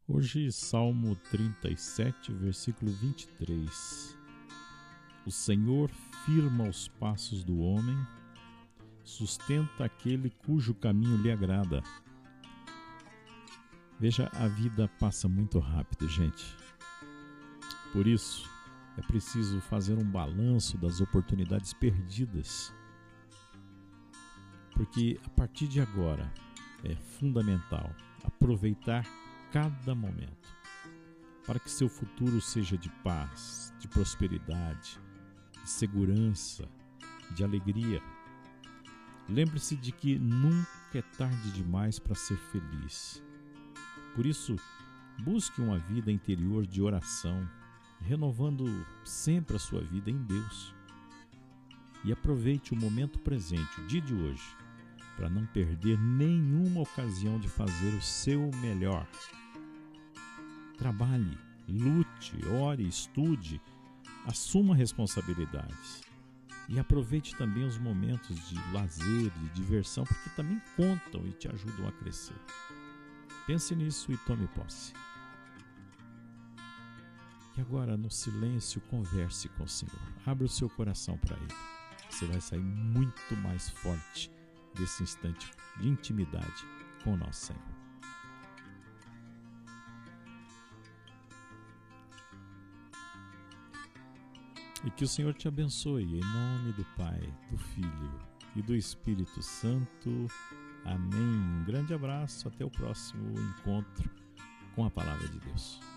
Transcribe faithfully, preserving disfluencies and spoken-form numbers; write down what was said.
Hoje, Salmo trinta e sete, versículo vinte e três. O Senhor firma os passos do homem, sustenta aquele cujo caminho lhe agrada. Veja, a vida passa muito rápido, gente. Por isso, é preciso fazer um balanço das oportunidades perdidas. Porque a partir de agora é fundamental aproveitar cada momento para que seu futuro seja de paz, de prosperidade, de segurança, de alegria. Lembre-se de que nunca é tarde demais para ser feliz. Por isso, busque uma vida interior de oração, renovando sempre a sua vida em Deus. E aproveite o momento presente, o dia de hoje, para não perder nenhuma ocasião de fazer o seu melhor. Trabalhe, lute, ore, estude, assuma responsabilidades. E aproveite também os momentos de lazer, de diversão, porque também contam e te ajudam a crescer. Pense nisso e tome posse. E agora, no silêncio, converse com o Senhor. Abra o seu coração para Ele. Você vai sair muito mais forte desse instante de intimidade com o nosso Senhor. E que o Senhor te abençoe, em nome do Pai, do Filho e do Espírito Santo. Amém. Um grande abraço, até o próximo encontro com a Palavra de Deus.